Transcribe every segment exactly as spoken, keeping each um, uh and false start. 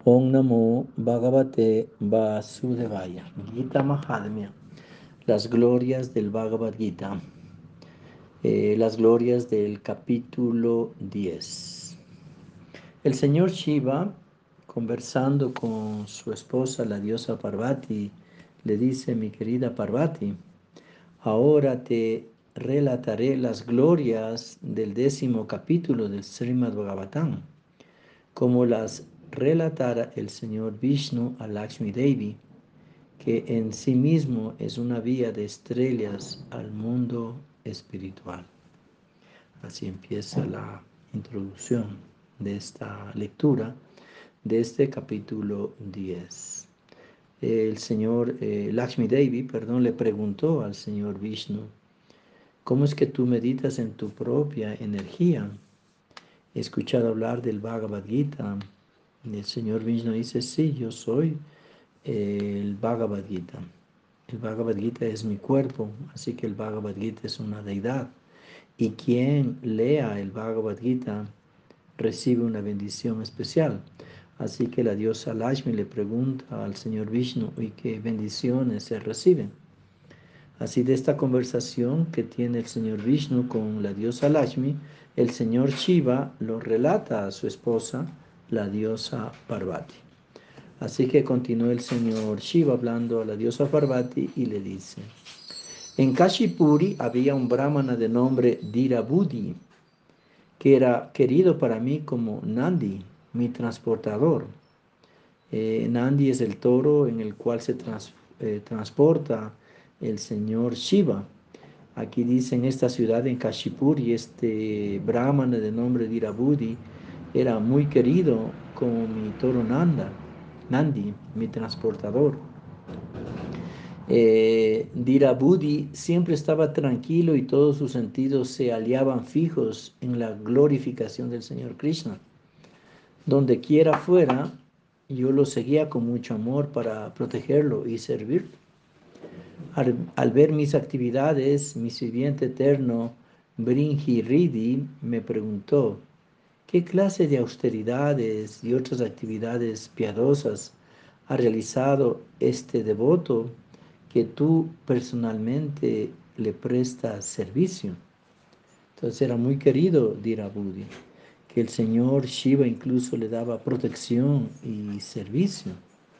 Om Namo Bhagavate Vasudevaya. Gita Mahatmya. Las glorias del Bhagavad Gita. Eh, las glorias del capítulo diez. El señor Shiva, conversando con su esposa, la diosa Parvati, le dice: mi querida Parvati, ahora te relataré las glorias del décimo capítulo del Srimad Bhagavatam, como las relatara el señor Vishnu a Lakshmi Devi, que en sí mismo es una vía de estrellas al mundo espiritual. Así empieza la introducción de esta lectura de este capítulo diez. El señor eh, Lakshmi Devi, perdón, le preguntó al señor Vishnu: ¿cómo es que tú meditas en tu propia energía? He escuchado hablar del Bhagavad Gita. Y el señor Vishnu dice: sí, yo soy el Bhagavad Gita. El Bhagavad Gita es mi cuerpo, así que el Bhagavad Gita es una deidad. Y quien lea el Bhagavad Gita recibe una bendición especial. Así que la diosa Lakshmi le pregunta al señor Vishnu: ¿y qué bendiciones se reciben? Así, de esta conversación que tiene el señor Vishnu con la diosa Lakshmi, el señor Shiva lo relata a su esposa, la diosa Parvati. Así que continúa el señor Shiva hablando a la diosa Parvati y le dice: en Kashipuri había un brahmana de nombre Dirabudi, que era querido para mí como Nandi, mi transportador. Eh, Nandi es el toro en el cual se trans, eh, transporta el señor Shiva. Aquí dice: en esta ciudad, en Kashipuri, este brahmana de nombre Dirabudi era muy querido como mi toro Nanda, Nandi, mi transportador. Eh, Dirabudi siempre estaba tranquilo y todos sus sentidos se aliaban fijos en la glorificación del Señor Krishna. Donde quiera fuera, yo lo seguía con mucho amor para protegerlo y servir. Al, al ver mis actividades, mi sirviente eterno, Bringi me preguntó: ¿qué clase de austeridades y otras actividades piadosas ha realizado este devoto que tú personalmente le prestas servicio? Entonces era muy querido Dirabudi, que el señor Shiva incluso le daba protección y servicio.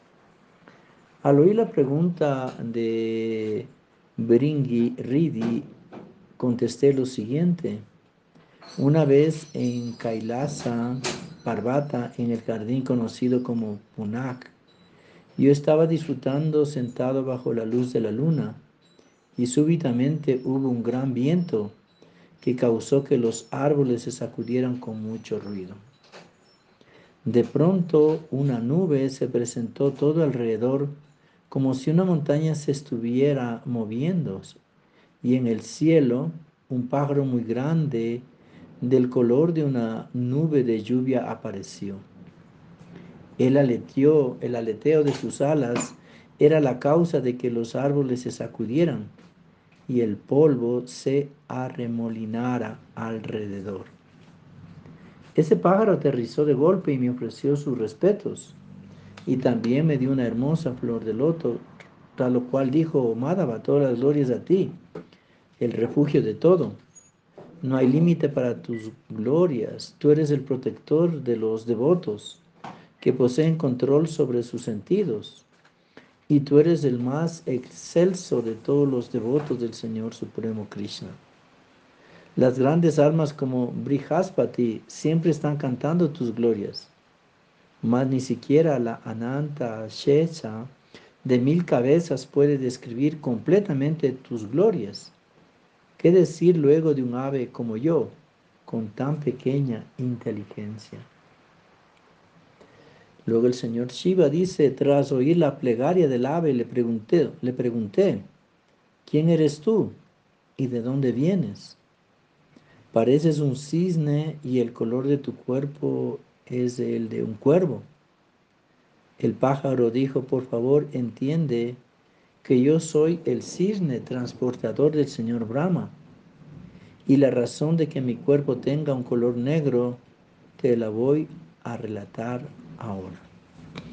Al oír la pregunta de Bringi Ridi, contesté lo siguiente: una vez en Kailasa Parvata, en el jardín conocido como Punak, yo estaba disfrutando sentado bajo la luz de la luna, y súbitamente hubo un gran viento que causó que los árboles se sacudieran con mucho ruido. De pronto una nube se presentó todo alrededor, como si una montaña se estuviera moviendo, y en el cielo un pájaro muy grande, del color de una nube de lluvia, apareció. El aleteo, el aleteo de sus alas era la causa de que los árboles se sacudieran y el polvo se arremolinara alrededor. Ese pájaro aterrizó de golpe y me ofreció sus respetos, y también me dio una hermosa flor de loto, a lo cual dijo: oh Madhava, todas las glorias a ti, el refugio de todo. No hay límite para tus glorias. Tú eres el protector de los devotos, que poseen control sobre sus sentidos. Y tú eres el más excelso de todos los devotos del Señor Supremo Krishna. Las grandes almas como Brihaspati siempre están cantando tus glorias, mas ni siquiera la Ananta Shesha de mil cabezas puede describir completamente tus glorias. ¿Qué decir luego de un ave como yo, con tan pequeña inteligencia? Luego el señor Shiva dice: tras oír la plegaria del ave, le pregunté, le pregunté, ¿quién eres tú y de dónde vienes? Pareces un cisne y el color de tu cuerpo es el de un cuervo. El pájaro dijo: por favor, entiende que yo soy el cisne transportador del señor Brahma, y la razón de que mi cuerpo tenga un color negro te la voy a relatar ahora.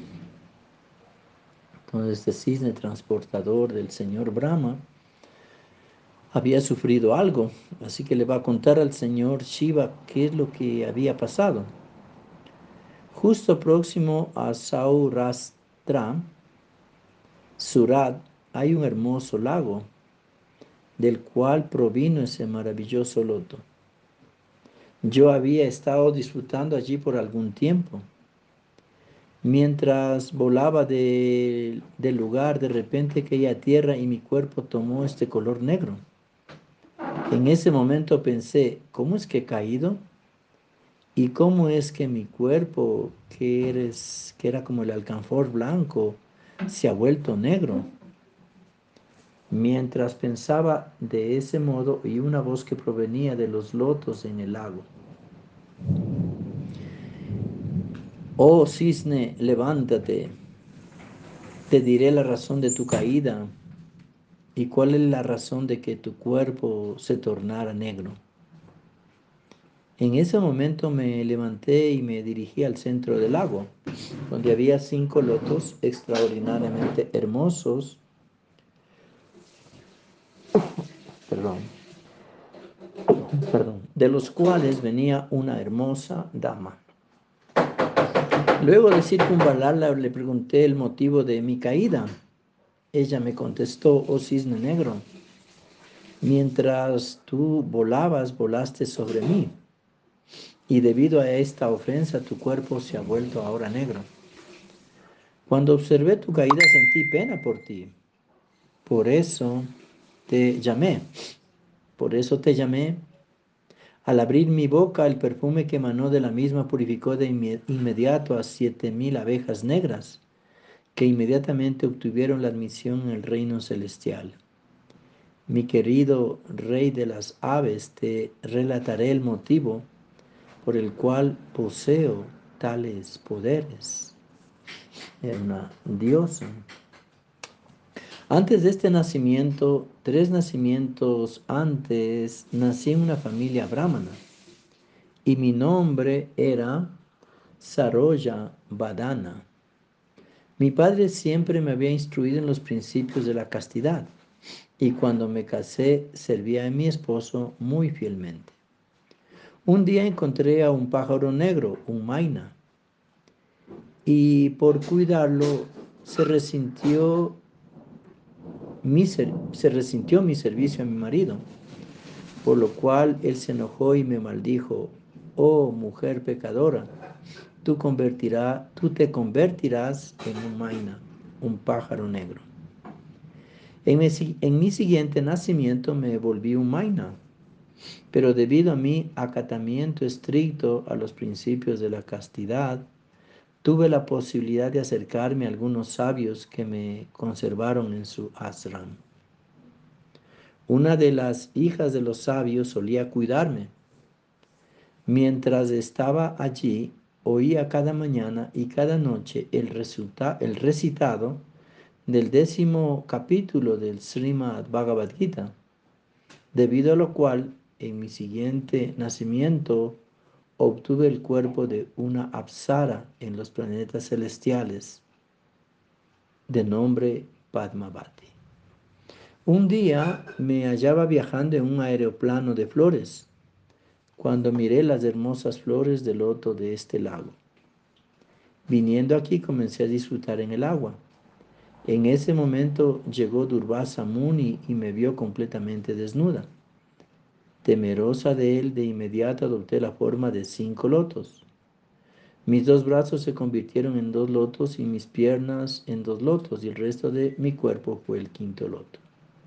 Entonces este cisne transportador del señor Brahma había sufrido algo, así que le va a contar al señor Shiva qué es lo que había pasado. Justo próximo a Saurashtra, Surat, hay un hermoso lago, del cual provino ese maravilloso loto. Yo había estado disfrutando allí por algún tiempo. Mientras volaba de- del lugar, de repente caí a tierra y mi cuerpo tomó este color negro. En ese momento pensé, ¿cómo es que he caído? ¿Y cómo es que mi cuerpo, que, eres, que era como el alcanfor blanco, se ha vuelto negro? Mientras pensaba de ese modo, oí una voz que provenía de los lotos en el lago. Oh cisne, levántate, te diré la razón de tu caída y cuál es la razón de que tu cuerpo se tornara negro. En ese momento me levanté y me dirigí al centro del lago, donde había cinco lotos extraordinariamente hermosos, perdón, perdón, de los cuales venía una hermosa dama. Luego de circunvalarla, le pregunté el motivo de mi caída. Ella me contestó, oh cisne negro, mientras tú volabas, volaste sobre mí, y debido a esta ofensa tu cuerpo se ha vuelto ahora negro. Cuando observé tu caída sentí pena por ti, por eso te llamé, por eso te llamé. Al abrir mi boca, el perfume que emanó de la misma purificó de inme- inmediato a siete mil abejas negras, que inmediatamente obtuvieron la admisión en el reino celestial. Mi querido rey de las aves, te relataré el motivo por el cual poseo tales poderes. Era una diosa. Antes de este nacimiento, tres nacimientos antes, nací en una familia brahmana y mi nombre era Saroja Vadana. Mi padre siempre me había instruido en los principios de la castidad y cuando me casé servía a mi esposo muy fielmente. Un día encontré a un pájaro negro, un maina, y por cuidarlo se resintió mi, ser- se resintió mi servicio a mi marido, por lo cual él se enojó y me maldijo, oh mujer pecadora, tú, convertirá, tú te convertirás en un maina, un pájaro negro. En mi, si- en mi siguiente nacimiento me volví un maina, pero debido a mi acatamiento estricto a los principios de la castidad, tuve la posibilidad de acercarme a algunos sabios que me conservaron en su ashram. Una de las hijas de los sabios solía cuidarme. Mientras estaba allí, oía cada mañana y cada noche el, resulta- el recitado del décimo capítulo del Srimad Bhagavad Gita, debido a lo cual en mi siguiente nacimiento obtuve el cuerpo de una apsara en los planetas celestiales, de nombre Padmavati. Un día me hallaba viajando en un aeroplano de flores, cuando miré las hermosas flores de loto de este lago. Viniendo aquí comencé a disfrutar en el agua. En ese momento llegó Durvasa Muni y me vio completamente desnuda. Temerosa de él, de inmediato adopté la forma de cinco lotos. Mis dos brazos se convirtieron en dos lotos y mis piernas en dos lotos y el resto de mi cuerpo fue el quinto loto.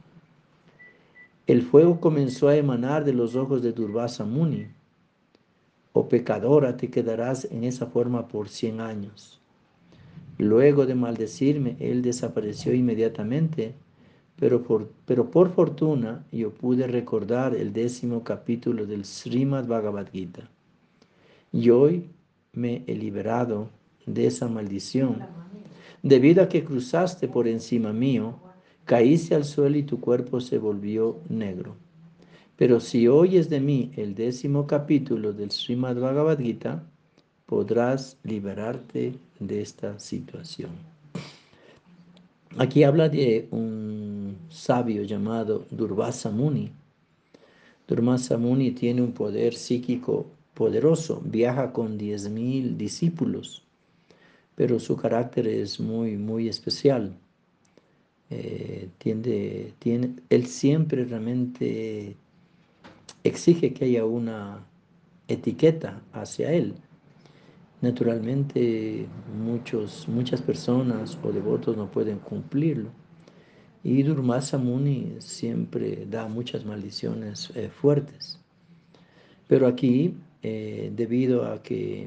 El fuego comenzó a emanar de los ojos de Durvasa Muni. Oh pecadora, te quedarás en esa forma por cien años. Luego de maldecirme, él desapareció inmediatamente, pero por, pero por fortuna yo pude recordar el décimo capítulo del Srimad Bhagavad Gita. Y hoy me he liberado de esa maldición. Debido a que cruzaste por encima mío, caíste al suelo y tu cuerpo se volvió negro. Pero si oyes de mí el décimo capítulo del Srimad Bhagavad Gita, podrás liberarte de esta situación. Aquí habla de un sabio llamado Durvasa Muni. Durvasa Muni tiene un poder psíquico poderoso, viaja con diez mil discípulos, pero su carácter es muy, muy especial. Eh, tiende, tiene, él siempre realmente exige que haya una etiqueta hacia él. Naturalmente, muchos, muchas personas o devotos no pueden cumplirlo. Y Durvasa Muni siempre da muchas maldiciones eh, fuertes. Pero aquí, eh, debido a que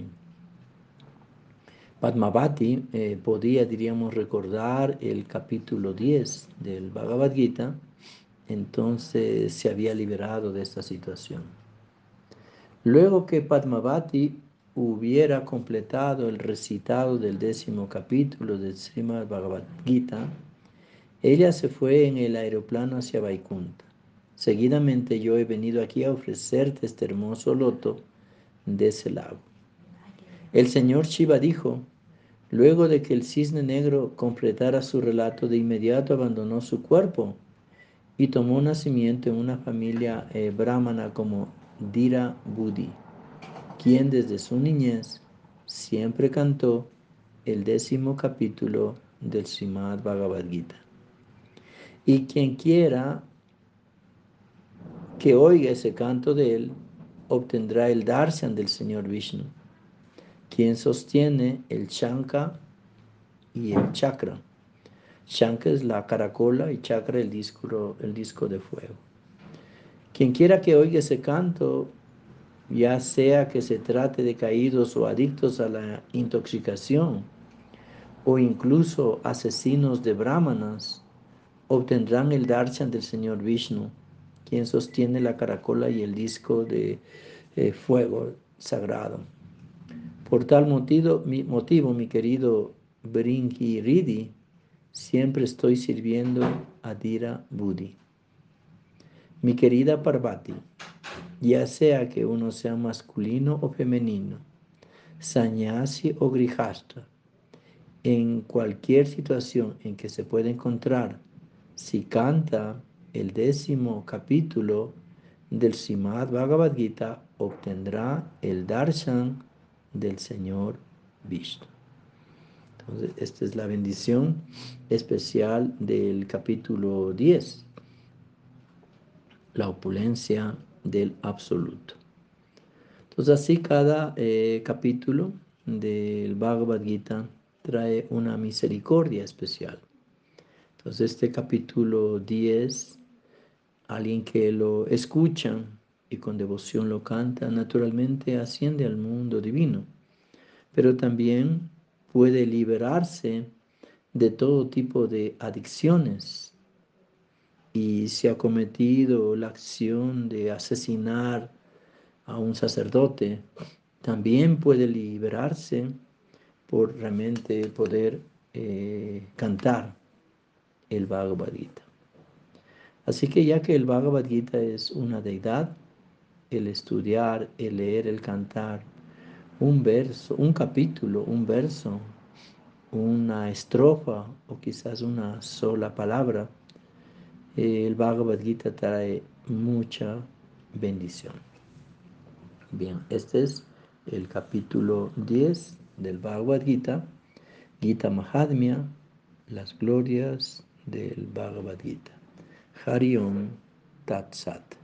Padmavati eh, podía, diríamos, recordar el capítulo diez del Bhagavad Gita, entonces se había liberado de esta situación. Luego que Padmavati hubiera completado el recitado del décimo capítulo del Srimad Bhagavad Gita, ella se fue en el aeroplano hacia Vaikunta. Seguidamente yo he venido aquí a ofrecerte este hermoso loto de ese lago. El señor Shiva dijo, luego de que el cisne negro completara su relato, de inmediato abandonó su cuerpo y tomó nacimiento en una familia eh, brahmana como Dira Budi, quien desde su niñez siempre cantó el décimo capítulo del Srimad Bhagavad Gita. Y quien quiera que oiga ese canto de él, obtendrá el darshan del Señor Vishnu, quien sostiene el Shankha y el chakra. Shankha es la caracola y chakra el disco, el disco de fuego. Quien quiera que oiga ese canto, ya sea que se trate de caídos o adictos a la intoxicación, o incluso asesinos de brahmanas, obtendrán el darshan del Señor Vishnu, quien sostiene la caracola y el disco de eh, fuego sagrado. Por tal motivo, mi, motivo, mi querido Brinki Ridi, siempre estoy sirviendo a Dira Budi. Mi querida Parvati, ya sea que uno sea masculino o femenino, sannyasi o grihasta, en cualquier situación en que se pueda encontrar, si canta el décimo capítulo del Srimad Bhagavad Gita, obtendrá el darshan del Señor Vishnu. Entonces, esta es la bendición especial del capítulo diez, la opulencia del absoluto. Entonces, así cada eh, capítulo del Bhagavad Gita trae una misericordia especial. Entonces, este capítulo diez, alguien que lo escucha y con devoción lo canta, naturalmente asciende al mundo divino, pero también puede liberarse de todo tipo de adicciones, y si ha cometido la acción de asesinar a un sacerdote, también puede liberarse por realmente poder eh, cantar el Bhagavad Gita. Así que ya que el Bhagavad Gita es una deidad, el estudiar, el leer, el cantar, un verso, un capítulo, un verso, una estrofa o quizás una sola palabra, eh, el Bhagavad Gita trae mucha bendición. Bien, este es el capítulo diez del Bhagavad Gita, Gita Mahatmya, las glorias del Bhagavad Gita. Hari Om Tat Sat.